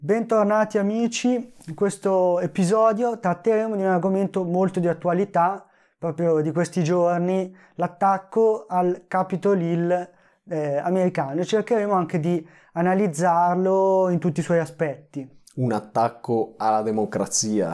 Bentornati amici, in questo episodio tratteremo di un argomento molto di attualità, proprio di questi giorni, l'attacco al Capitol Hill americano, e cercheremo anche di analizzarlo in tutti i suoi aspetti. Un attacco alla democrazia.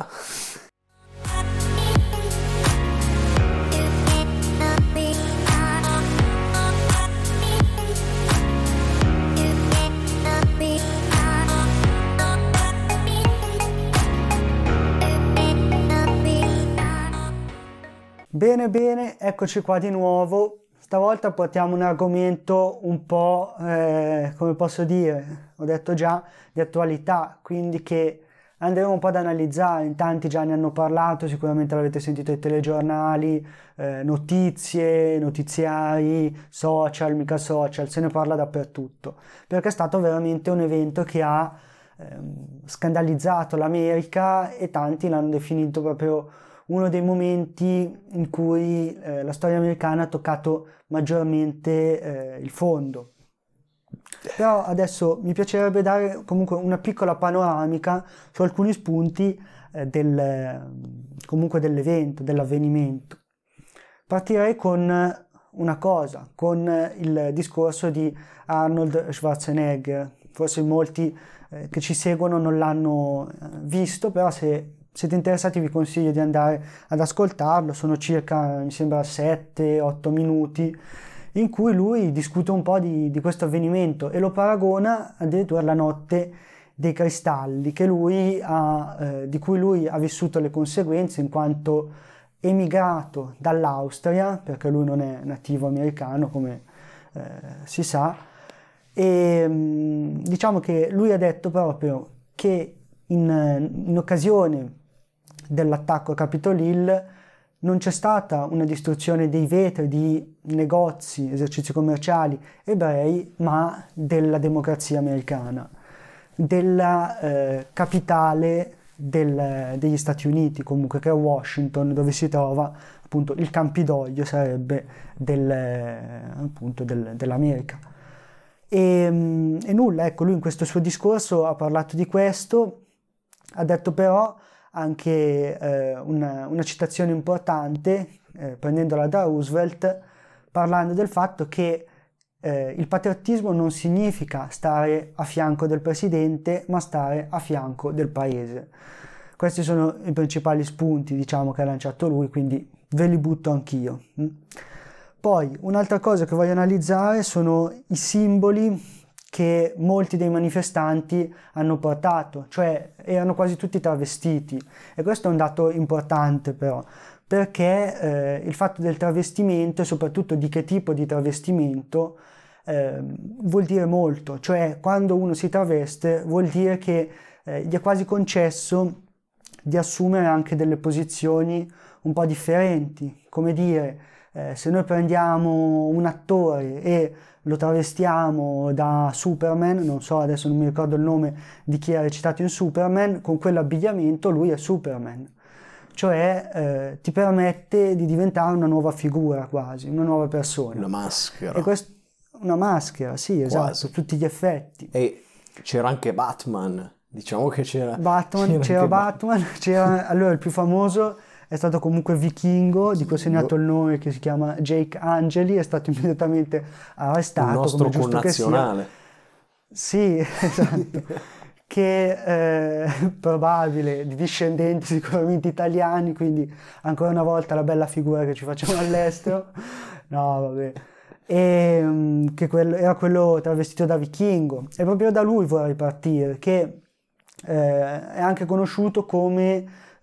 Bene, eccoci qua di nuovo. Stavolta portiamo un argomento un po', come posso dire, ho detto già, di attualità, quindi che andremo un po' ad analizzare. In tanti già ne hanno parlato, sicuramente l'avete sentito ai telegiornali, notizie, notiziari, social, mica social, se ne parla dappertutto, perché è stato veramente un evento che ha scandalizzato l'America e tanti l'hanno definito proprio uno dei momenti in cui la storia americana ha toccato maggiormente il fondo. Però adesso mi piacerebbe dare comunque una piccola panoramica su alcuni spunti comunque dell'evento, dell'avvenimento. Partirei con una cosa, con il discorso di Arnold Schwarzenegger. Forse molti che ci seguono non l'hanno visto, però se siete interessati vi consiglio di andare ad ascoltarlo. Sono circa, mi sembra, 7-8 minuti in cui lui discute un po' di questo avvenimento e lo paragona addirittura alla notte dei cristalli, di cui lui ha vissuto le conseguenze in quanto emigrato dall'Austria, perché lui non è nativo americano come si sa, e diciamo che lui ha detto proprio che in occasione dell'attacco a Capitol Hill non c'è stata una distruzione dei vetri di negozi, esercizi commerciali ebrei, ma della democrazia americana, della capitale degli Stati Uniti, comunque, che è Washington, dove si trova appunto il Campidoglio, sarebbe dell'America. E nulla, ecco, lui in questo suo discorso ha parlato di questo, ha detto però anche una citazione importante, prendendola da Roosevelt, parlando del fatto che il patriottismo non significa stare a fianco del presidente, ma stare a fianco del paese. Questi sono i principali spunti, diciamo, che ha lanciato lui, quindi ve li butto anch'io. Poi, un'altra cosa che voglio analizzare sono i simboli che molti dei manifestanti hanno portato, cioè erano quasi tutti travestiti, e questo è un dato importante però, perché il fatto del travestimento e soprattutto di che tipo di travestimento vuol dire molto, cioè quando uno si traveste vuol dire che gli è quasi concesso di assumere anche delle posizioni un po' differenti, come dire, se noi prendiamo un attore e lo travestiamo da Superman, non so, adesso non mi ricordo il nome di chi ha recitato in Superman, con quell'abbigliamento lui è Superman, cioè ti permette di diventare una nuova figura quasi, una nuova persona. Una maschera. Una maschera, sì, esatto, Quasi. tutti gli effetti. E c'era anche Batman, diciamo che c'era Batman, allora il più famoso è stato comunque Vichingo, di cui ho segnato il nome, che si chiama Jake Angeli, è stato immediatamente arrestato. Un nostro come giusto connazionale. Sì, esatto, che è probabile, di discendenti sicuramente italiani, quindi ancora una volta la bella figura che ci facciamo all'estero. No, vabbè. E che era quello travestito da vichingo, e proprio da lui vorrei partire, che è anche conosciuto come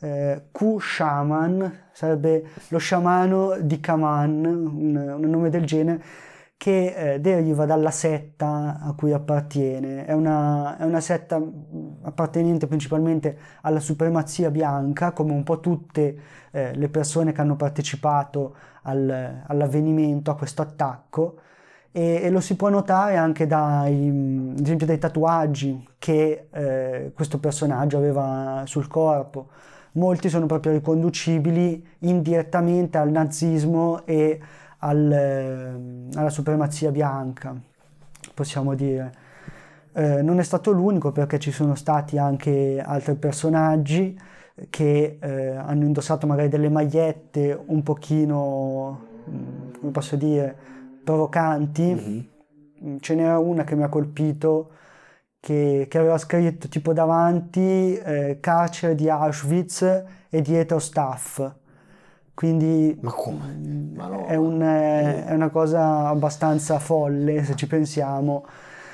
Q-Shaman, sarebbe lo sciamano di Kaman, un nome del genere, che deriva dalla setta a cui appartiene. È una setta appartenente principalmente alla supremazia bianca, come un po' tutte le persone che hanno partecipato all'avvenimento, a questo attacco, e lo si può notare anche ad esempio dai tatuaggi che questo personaggio aveva sul corpo. Molti sono proprio riconducibili indirettamente al nazismo e alla supremazia bianca, possiamo dire. non è stato l'unico, perché ci sono stati anche altri personaggi che hanno indossato magari delle magliette un pochino, come posso dire, provocanti. Ce n'era una che mi ha colpito, che aveva scritto tipo davanti carcere di Auschwitz e dietro staff. Quindi Ma come? Ma no. è una cosa abbastanza folle, se ci pensiamo,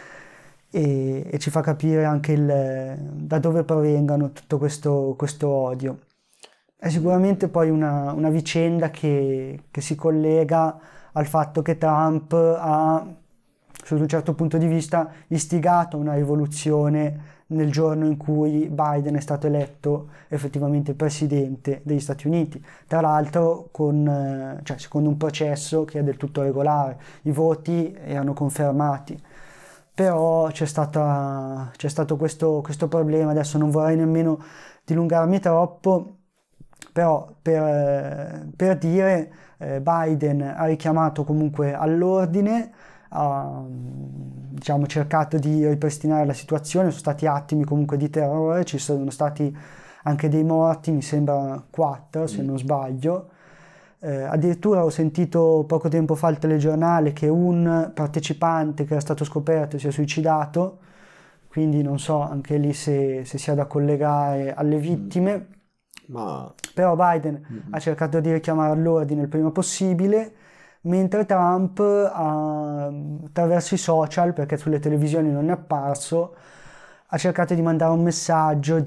e ci fa capire anche da dove provengano tutto questo odio. È sicuramente poi una vicenda che si collega al fatto che Trump ha, sotto un certo punto di vista, istigato una rivoluzione nel giorno in cui Biden è stato eletto effettivamente presidente degli Stati Uniti. Tra l'altro secondo un processo che è del tutto regolare. I voti erano confermati. Però c'è stato questo problema. Adesso non vorrei nemmeno dilungarmi troppo, però per dire, Biden ha richiamato comunque all'ordine, ha cercato di ripristinare la situazione. Sono stati attimi comunque di terrore, ci sono stati anche dei morti, mi sembra 4 se non sbaglio. Addirittura ho sentito poco tempo fa al telegiornale che un partecipante che era stato scoperto si è suicidato, quindi non so anche lì se sia da collegare alle vittime. Però Biden ha cercato di richiamare all'ordine il prima possibile, mentre Trump attraverso i social, perché sulle televisioni non è apparso, ha cercato di mandare un messaggio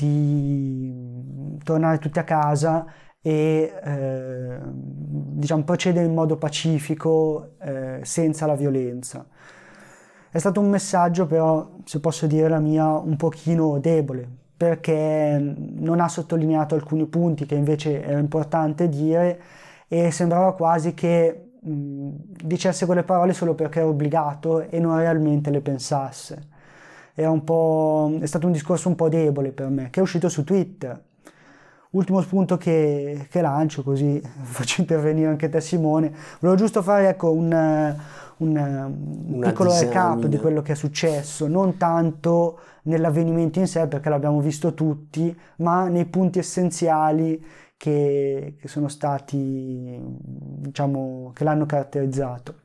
di tornare tutti a casa e procedere in modo pacifico, senza la violenza. È stato un messaggio però, se posso dire la mia, un pochino debole, perché non ha sottolineato alcuni punti che invece era importante dire, e sembrava quasi che dicesse quelle parole solo perché era obbligato e non realmente le pensasse. È stato un discorso un po' debole per me, che è uscito su Twitter. Ultimo spunto che lancio, così faccio intervenire anche te, Simone. Volevo giusto fare un piccolo recap di quello che è successo, non tanto nell'avvenimento in sé, perché l'abbiamo visto tutti, ma nei punti essenziali che sono stati, che l'hanno caratterizzato.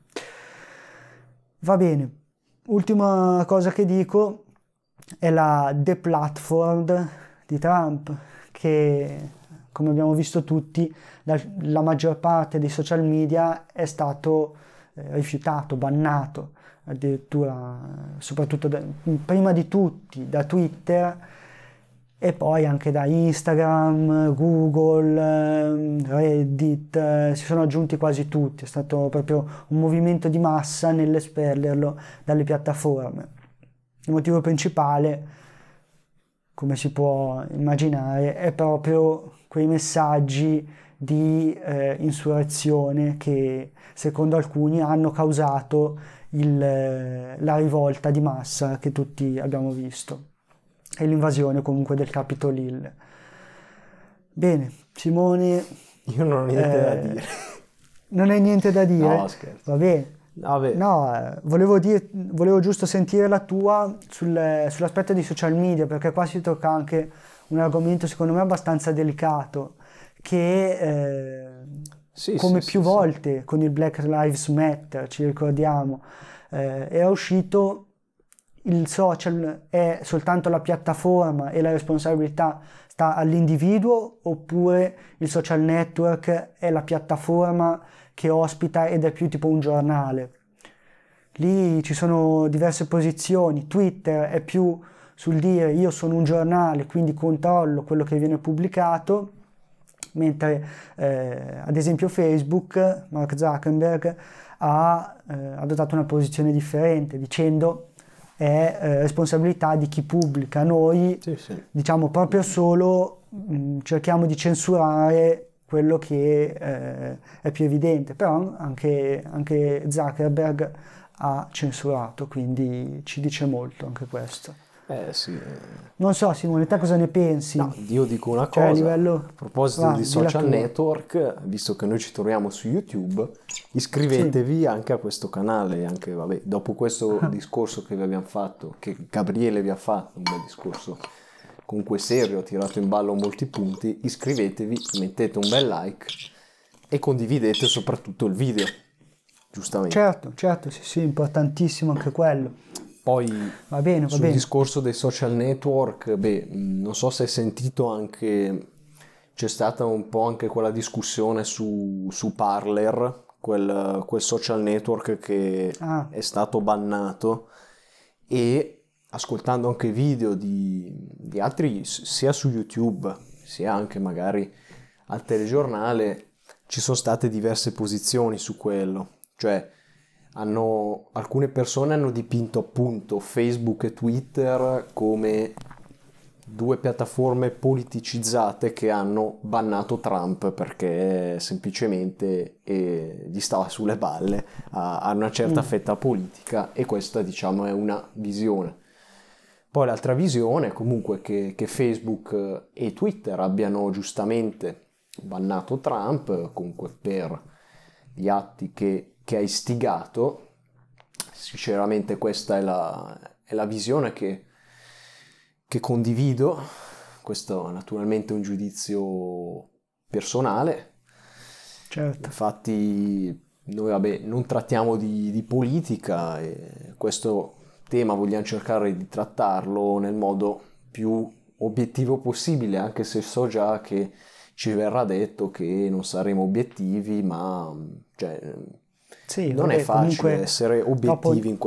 Va bene. Ultima cosa che dico è la deplatformed di Trump, che, come abbiamo visto tutti, la maggior parte dei social media è stato rifiutato, bannato, addirittura, soprattutto prima di tutti da Twitter, e poi anche da Instagram, Google, Reddit, si sono aggiunti quasi tutti. È stato proprio un movimento di massa nell'espellerlo dalle piattaforme. Il motivo principale, come si può immaginare, è proprio quei messaggi di insurrezione che secondo alcuni hanno causato la rivolta di massa che tutti abbiamo visto, e l'invasione comunque del Capitol Hill. Bene, Simone, io non ho niente da dire. Non hai niente da dire? No, scherzo. Va bene. No, volevo giusto sentire la tua sull'aspetto di social media, perché qua si tocca anche un argomento secondo me abbastanza delicato, che come più volte con il Black Lives Matter, ci ricordiamo, era uscito, il social è soltanto la piattaforma e la responsabilità sta all'individuo, oppure il social network è la piattaforma che ospita ed è più tipo un giornale? Lì ci sono diverse posizioni. Twitter è più sul dire io sono un giornale, quindi controllo quello che viene pubblicato, mentre ad esempio Facebook, Mark Zuckerberg, ha adottato una posizione differente, dicendo è responsabilità di chi pubblica. Noi diciamo proprio solo cerchiamo di censurare quello che è più evidente, però anche Zuckerberg ha censurato, quindi ci dice molto anche questo. Sì. Non so, Simone, te cosa ne pensi? No, io dico una Cioè, a cosa, livello... a proposito Va, di dilla social tu. network, visto che noi ci troviamo su YouTube, Sì. iscrivetevi anche a questo canale, anche, vabbè, dopo questo discorso che vi abbiamo fatto, che Gabriele vi ha fatto, un bel discorso comunque serio, ha tirato in ballo molti punti, iscrivetevi, mettete un bel like e condividete soprattutto il video, giustamente. Certo, sì, sì, importantissimo anche quello. Poi Va bene, va sul bene. discorso dei social network, non so se hai sentito anche, c'è stata un po' anche quella discussione su Parler, quel social network che Ah, è stato bannato e ascoltando anche video di altri, sia su YouTube, sia anche magari al telegiornale, ci sono state diverse posizioni su quello. Cioè, alcune persone hanno dipinto appunto Facebook e Twitter come due piattaforme politicizzate che hanno bannato Trump perché semplicemente gli stava sulle balle a una certa fetta politica, e questa diciamo è una visione. Poi l'altra visione è comunque che Facebook e Twitter abbiano giustamente bannato Trump comunque per gli atti che ha istigato. Sinceramente questa è la visione che condivido. Questo naturalmente è un giudizio personale. certo. Infatti noi vabbè, non trattiamo di politica e questo tema vogliamo cercare di trattarlo nel modo più obiettivo possibile, anche se so già che ci verrà detto che non saremo obiettivi, ma cioè, Sì, non è vabbè, facile comunque essere dopo... obiettivi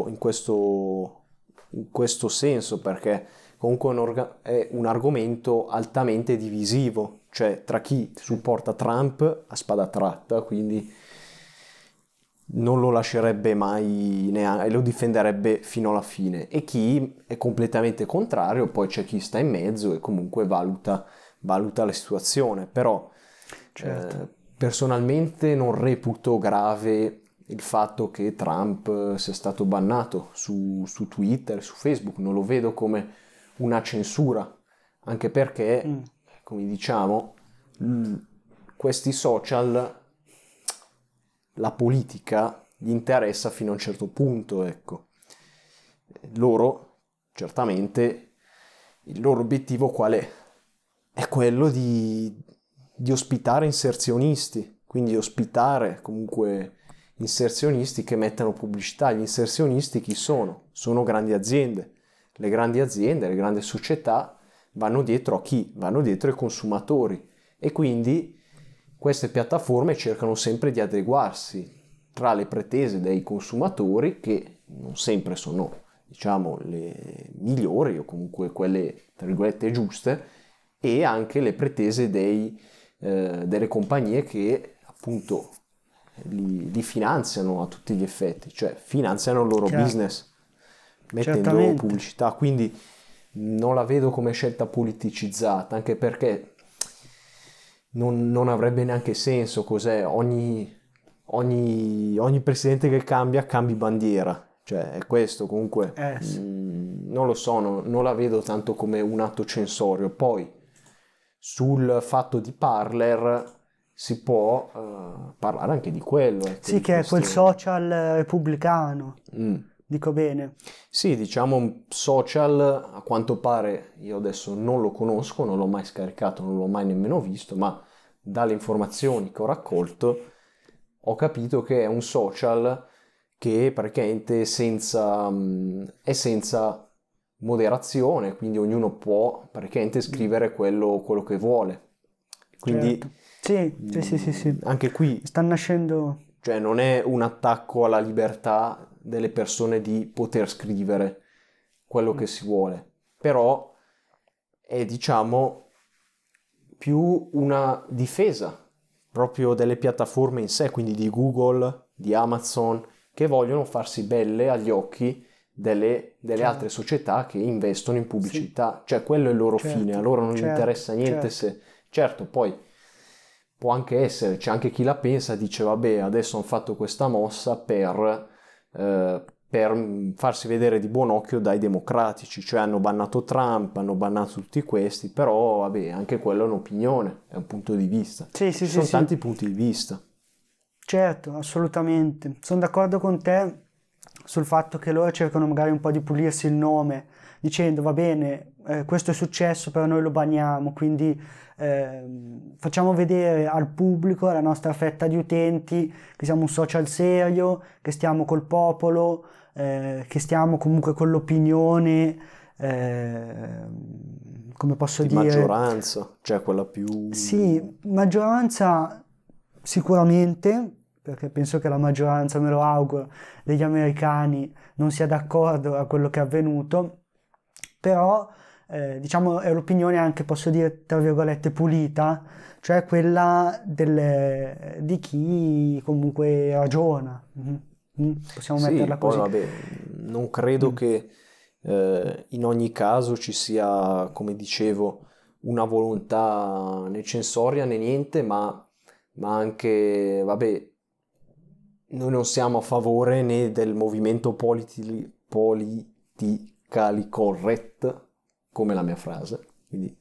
in questo senso, perché comunque è un argomento altamente divisivo, cioè tra chi Sì, supporta Trump a spada tratta, quindi non lo lascerebbe mai neanche, e lo difenderebbe fino alla fine, e chi è completamente contrario, poi c'è chi sta in mezzo e comunque valuta la situazione, però certo. personalmente non reputo grave il fatto che Trump sia stato bannato su Twitter, su Facebook, non lo vedo come una censura, anche perché, Mm, come diciamo, mh, questi social, la politica gli interessa fino a un certo punto, ecco. Loro, certamente, il loro obiettivo qual è? È quello di ospitare inserzionisti, quindi ospitare comunque inserzionisti che mettano pubblicità. Gli inserzionisti chi sono? Sono grandi aziende. Le grandi aziende, le grandi società vanno dietro a chi? Vanno dietro ai consumatori, e quindi queste piattaforme cercano sempre di adeguarsi tra le pretese dei consumatori, che non sempre sono, diciamo, le migliori o comunque quelle, tra virgolette, giuste, e anche le pretese delle compagnie che appunto li finanziano a tutti gli effetti, cioè finanziano il loro certo, business mettendo certamente. pubblicità, quindi non la vedo come scelta politicizzata, anche perché non avrebbe neanche senso. Cos'è? Ogni presidente che cambi bandiera, cioè è questo comunque, Sì. non lo so, non la vedo tanto come un atto censorio. Poi sul fatto di Parler si può parlare anche di quello, ecco, Sì, di che è quel questo. social repubblicano, Mm. dico bene. Sì, diciamo un social, a quanto pare, io adesso non lo conosco, non l'ho mai scaricato, non l'ho mai nemmeno visto, ma dalle informazioni che ho raccolto ho capito che è un social che praticamente è senza moderazione, quindi ognuno può praticamente Mm, scrivere quello che vuole. Quindi certo. Sì. anche qui, Sta nascendo... cioè, non è un attacco alla libertà delle persone di poter scrivere quello Mm, che si vuole, però è, diciamo, più una difesa proprio delle piattaforme in sé, quindi di Google, di Amazon, che vogliono farsi belle agli occhi delle altre certo. società che investono in Sì, pubblicità, cioè quello è il loro fine, a certo, loro non gli certo, interessa niente certo. se... Certo, poi può anche essere, c'è anche chi la pensa, dice vabbè, adesso hanno fatto questa mossa per farsi vedere di buon occhio dai democratici, cioè hanno bannato Trump, hanno bannato tutti questi, però vabbè, anche quello è un'opinione, è un punto di vista. Sì, Ci sono sì. tanti punti di vista. Certo, assolutamente. Sono d'accordo con te sul fatto che loro cercano magari un po' di pulirsi il nome, dicendo va bene, questo è successo, però noi lo banniamo, quindi facciamo vedere al pubblico, alla nostra fetta di utenti, che siamo un social serio, che stiamo col popolo, che stiamo comunque con l'opinione, come posso Di dire, maggioranza, cioè quella più... sì, maggioranza sicuramente, perché penso che la maggioranza, me lo auguro, degli americani non sia d'accordo a quello che è avvenuto, però diciamo è l'opinione anche, posso dire, tra virgolette, pulita, cioè quella di chi comunque ragiona. Possiamo Sì, metterla poi così. vabbè, non credo che in ogni caso ci sia, come dicevo, una volontà né censoria né niente, ma anche, vabbè, noi non siamo a favore né del movimento politically correct, come la mia frase, quindi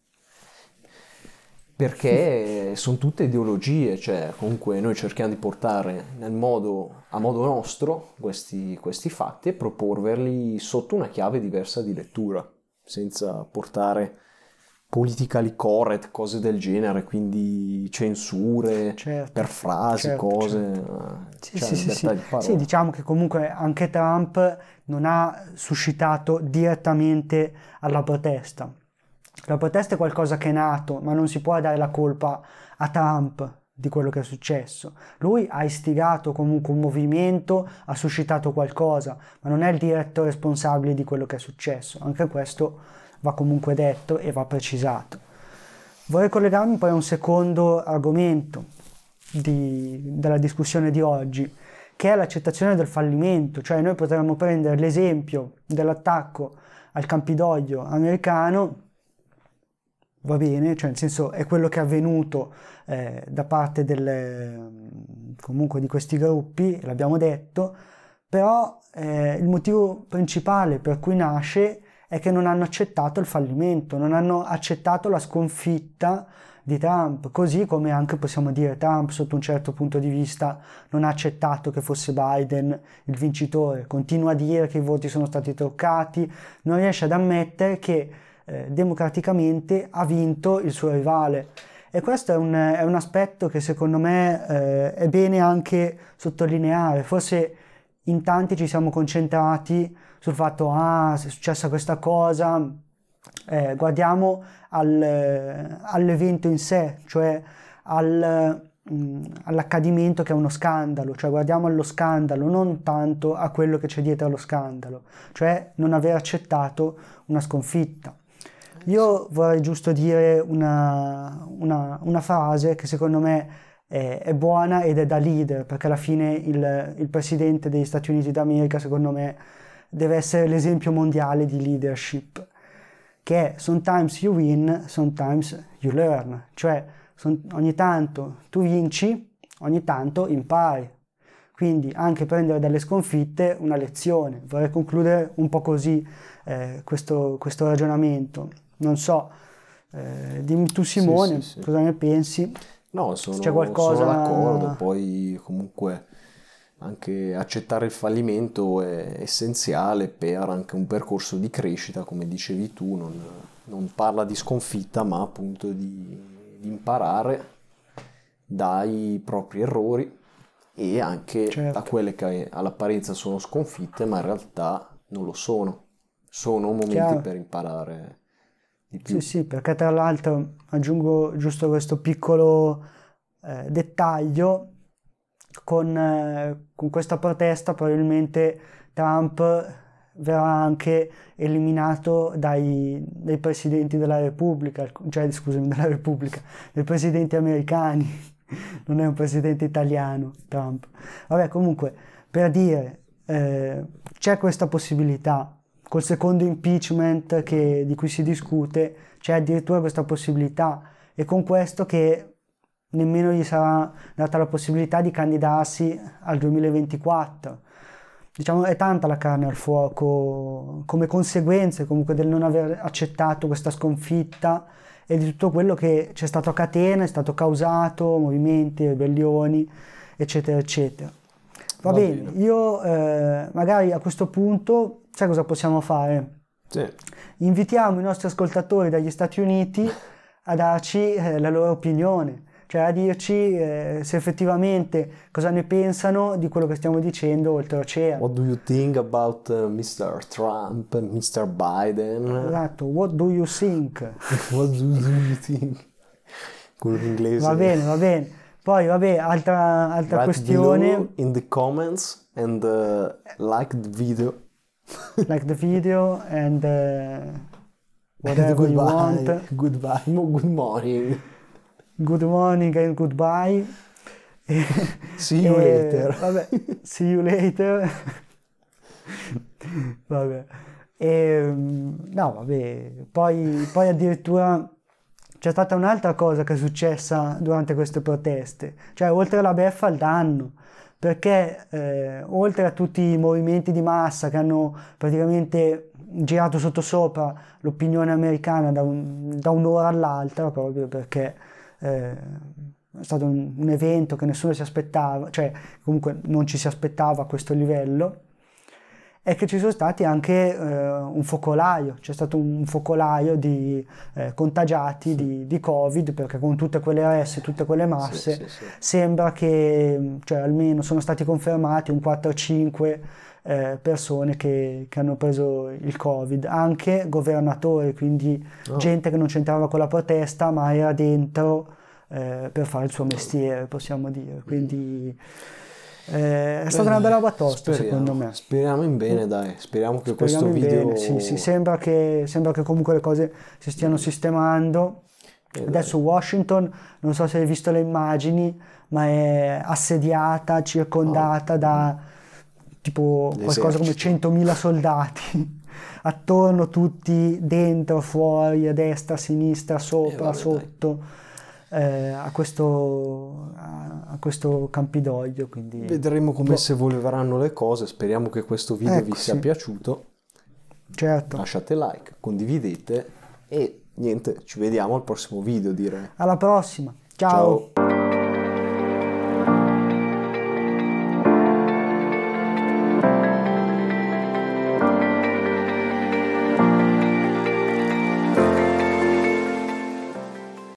perché sono tutte ideologie, cioè comunque noi cerchiamo di portare a modo nostro questi fatti e proporverli sotto una chiave diversa di lettura, senza portare politically correct, cose del genere, quindi censure Certo, per frasi, certo, cose, certo. Sì, cioè sì, sì, libertà sì. di Sì, parola. diciamo che comunque anche Trump non ha suscitato direttamente alla protesta. La protesta è qualcosa che è nato, ma non si può dare la colpa a Trump di quello che è successo. Lui ha istigato comunque un movimento, ha suscitato qualcosa, ma non è il diretto responsabile di quello che è successo. Anche questo va comunque detto e va precisato. Vorrei collegarmi poi a un secondo argomento della discussione di oggi, che è l'accettazione del fallimento, cioè noi potremmo prendere l'esempio dell'attacco al Campidoglio americano, va bene, cioè nel senso è quello che è avvenuto da parte comunque di questi gruppi, l'abbiamo detto, però il motivo principale per cui nasce è che non hanno accettato il fallimento, non hanno accettato la sconfitta di Trump, così come anche possiamo dire Trump sotto un certo punto di vista non ha accettato che fosse Biden il vincitore, continua a dire che i voti sono stati truccati, non riesce ad ammettere che democraticamente ha vinto il suo rivale. E questo è un aspetto che secondo me è bene anche sottolineare. Forse in tanti ci siamo concentrati sul fatto, ah, se è successa questa cosa, guardiamo all'evento in sé, cioè all'accadimento che è uno scandalo, cioè guardiamo allo scandalo, non tanto a quello che c'è dietro allo scandalo, cioè non aver accettato una sconfitta. Io vorrei giusto dire una frase che secondo me è buona ed è da leader, perché alla fine il presidente degli Stati Uniti d'America, secondo me, deve essere l'esempio mondiale di leadership, che è sometimes you win, sometimes you learn, cioè ogni tanto tu vinci, ogni tanto impari. Quindi anche prendere dalle sconfitte una lezione. Vorrei concludere un po' così questo ragionamento. Non so, dimmi tu Sì, sì, Simone, sì. cosa ne pensi? No, Se c'è sono d'accordo, qualcosa... poi comunque anche accettare il fallimento è essenziale per anche un percorso di crescita, come dicevi tu, non parla di sconfitta, ma appunto di imparare dai propri errori e anche da Certo, quelle che all'apparenza sono sconfitte, ma in realtà non lo sono. Sono momenti chiaro. per imparare di Sì, più. sì, perché tra l'altro aggiungo giusto questo piccolo dettaglio, con questa protesta probabilmente Trump verrà anche eliminato dai presidenti della Repubblica, cioè scusami, della Repubblica, dai presidenti americani, non è un presidente italiano Trump. Vabbè, comunque, per dire, c'è questa possibilità. Col secondo impeachment di cui si discute, c'è addirittura questa possibilità e con questo che nemmeno gli sarà data la possibilità di candidarsi al 2024. diciamo, è tanta la carne al fuoco come conseguenze comunque del non aver accettato questa sconfitta e di tutto quello che c'è stato a catena, è stato causato, movimenti, ribellioni, eccetera, eccetera. Va bene, io magari a questo punto, sai cosa possiamo fare? Sì. Invitiamo i nostri ascoltatori dagli Stati Uniti a darci la loro opinione, cioè a dirci se effettivamente cosa ne pensano di quello che stiamo dicendo oltreoceano. What do you think about Mr. Trump, Mr. Biden? Esatto, what do you think? What do you think? Con l'inglese. Va bene, va bene. Poi, vabbè, altra Write questione. below in the comments and like the video. Like the video and whatever you want. Goodbye. Good morning. Good morning and goodbye. See you later. Vabbè, see you later. Vabbè. No, vabbè. Poi addirittura c'è stata un'altra cosa che è successa durante queste proteste. Cioè, oltre alla beffa, il danno. Perché oltre a tutti i movimenti di massa che hanno praticamente girato sottosopra l'opinione americana da un'ora all'altra, proprio perché è stato un evento che nessuno si aspettava, cioè comunque non ci si aspettava a questo livello, è che ci sono stati anche un focolaio, c'è stato un focolaio di contagiati di Covid, perché con tutte quelle RS, tutte quelle masse, sì. sembra che, cioè almeno sono stati confermati un 4-5 persone che hanno preso il Covid, anche governatori, quindi gente che non c'entrava con la protesta, ma era dentro per fare il suo mestiere, possiamo dire, quindi... è stata una bella batosta, secondo me. Speriamo in bene, dai. Speriamo che questo video... Bene. Sì, sembra che comunque le cose si stiano sistemando. Adesso Washington, non so se hai visto le immagini, ma è assediata, circondata da tipo qualcosa come 100.000 soldati. Attorno tutti, dentro, fuori, a destra, a sinistra, sopra, sotto. A questo Campidoglio, quindi vedremo come si evolveranno le cose. Speriamo che questo video vi sia piaciuto. Certo. Lasciate like, condividete e niente, ci vediamo al prossimo video, direi. Alla prossima, ciao.